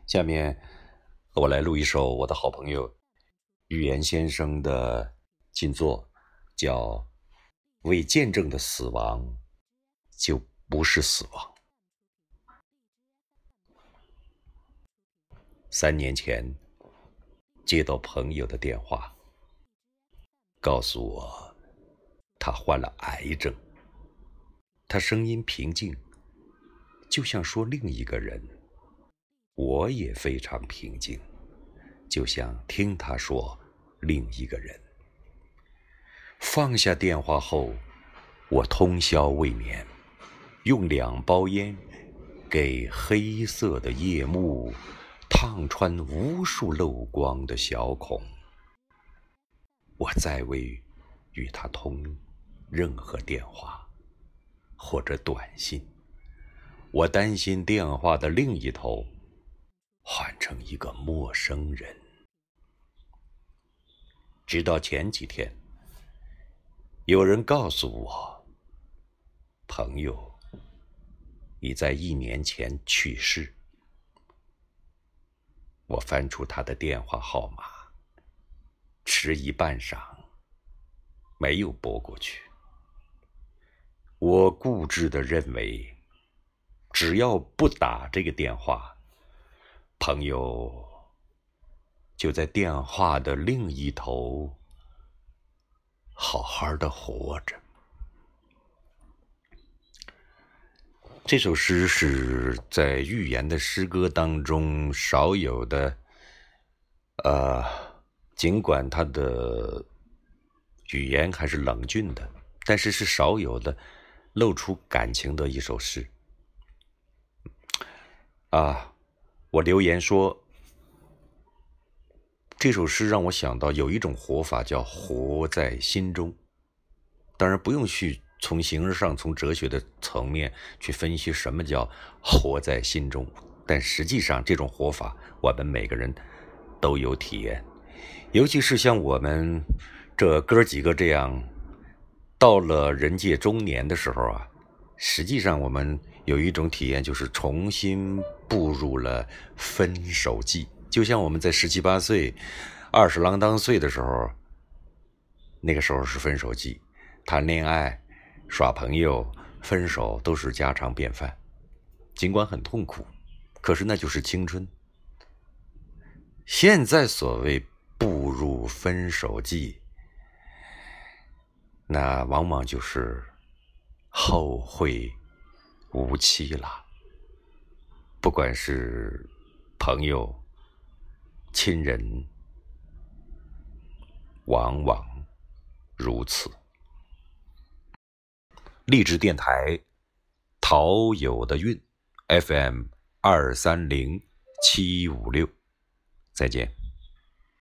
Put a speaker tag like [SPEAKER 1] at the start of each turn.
[SPEAKER 1] 下面我来录一首我的好朋友语言先生的新作，叫《未见证的死亡就不是死亡》。3年前接到朋友的电话，告诉我他患了癌症。他声音平静，就像说另一个人。我也非常平静，就像听他说另一个人。放下电话后，我通宵未眠，用2包烟给黑色的夜幕烫穿无数漏光的小孔。我再未与他通任何电话或者短信，我担心电话的另一头换成一个陌生人。直到前几天，有人告诉我，朋友已在1年前去世。我翻出他的电话号码，迟疑半晌，没有拨过去。我固执地认为，只要不打这个电话，朋友就在电话的另一头好好的活着。这首诗是在寓言的诗歌当中少有的，尽管它的语言还是冷峻的，但是是少有的露出感情的一首诗。我留言说，这首诗让我想到有一种活法叫活在心中。当然不用去从形而上，从哲学的层面去分析什么叫活在心中，但实际上这种活法我们每个人都有体验。尤其是像我们这哥几个这样到了人界中年的时候啊，实际上我们有一种体验，就是重新步入了分手季。就像我们在17、18岁20郎当岁的时候，那个时候是分手季，谈恋爱耍朋友分手都是家常便饭，尽管很痛苦，可是那就是青春。现在所谓步入分手季，那往往就是后会无期了。不管是朋友亲人，往往如此。励志电台陶友的韵 FM 230756，再见。